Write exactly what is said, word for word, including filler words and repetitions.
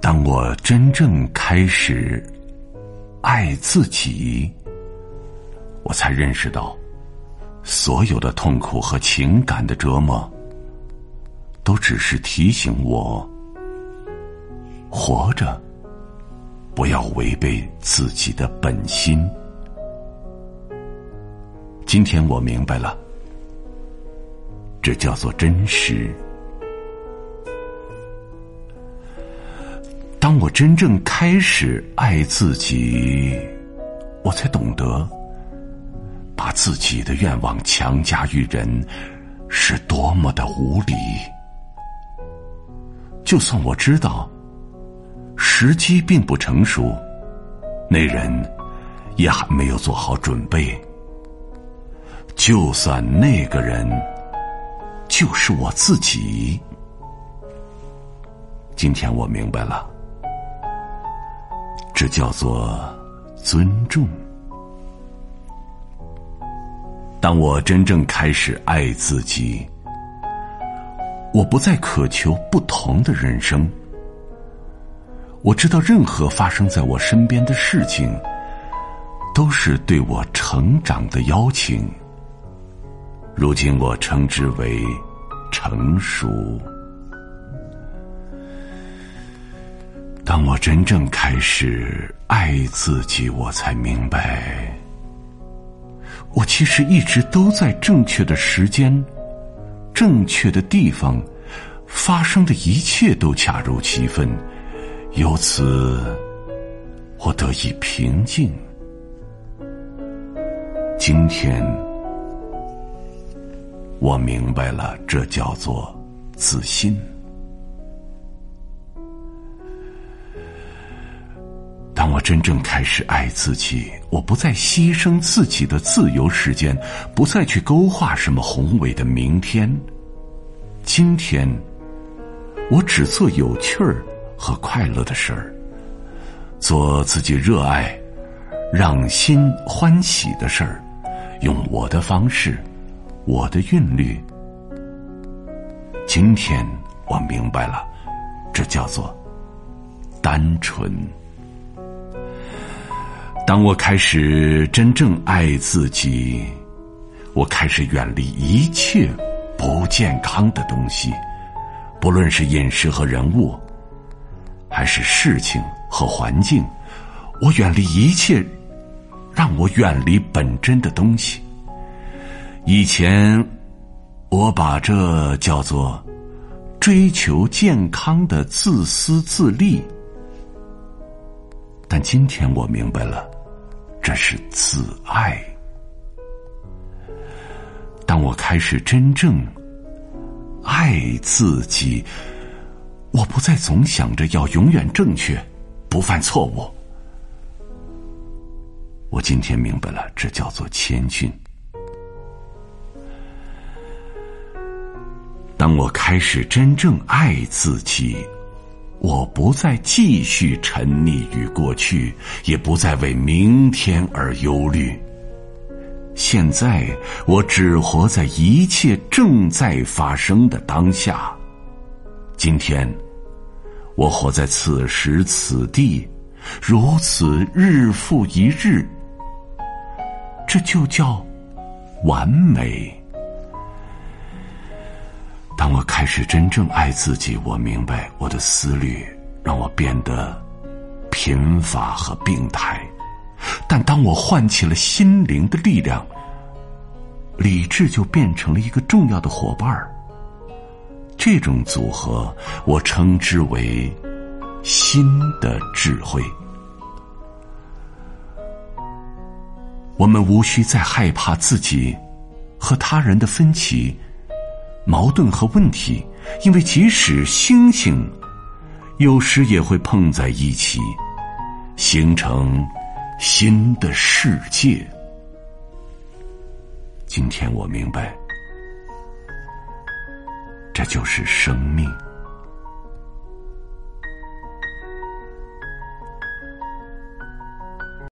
当我真正开始爱自己，我才认识到，所有的痛苦和情感的折磨，都只是提醒我，活着不要违背自己的本心。今天我明白了，这叫做真实。当我真正开始爱自己，我才懂得把自己的愿望强加于人是多么的无理。就算我知道时机并不成熟，那人也还没有做好准备，就算那个人就是我自己。今天我明白了，这叫做尊重。当我真正开始爱自己，我不再渴求不同的人生。我知道任何发生在我身边的事情，都是对我成长的邀请。如今我称之为成熟。当我真正开始爱自己，我才明白，我其实一直都在正确的时间、正确的地方，发生的一切都恰如其分，由此我得以平静。今天我明白了，这叫做自信。当我真正开始爱自己，我不再牺牲自己的自由时间，不再去勾画什么宏伟的明天。今天我只做有趣儿和快乐的事儿，做自己热爱让心欢喜的事儿，用我的方式，我的韵律。今天我明白了，这叫做单纯。当我开始真正爱自己，我开始远离一切不健康的东西，不论是饮食和人物，还是事情和环境，我远离一切让我远离本真的东西。以前我把这叫做追求健康的自私自利，但今天我明白了，这是自爱。当我开始真正爱自己，我不再总想着要永远正确，不犯错误。我今天明白了，这叫做谦逊。当我开始真正爱自己，我不再继续沉溺于过去，也不再为明天而忧虑。现在我只活在一切正在发生的当下。今天我活在此时此地，如此日复一日，这就叫完美。当我开始真正爱自己，我明白我的思虑让我变得贫乏和病态，但当我唤起了心灵的力量，理智就变成了一个重要的伙伴。这种组合我称之为心的智慧。我们无需再害怕自己和他人的分歧、矛盾和问题，因为即使星星有时也会碰在一起，形成新的世界。今天我明白，这就是生命。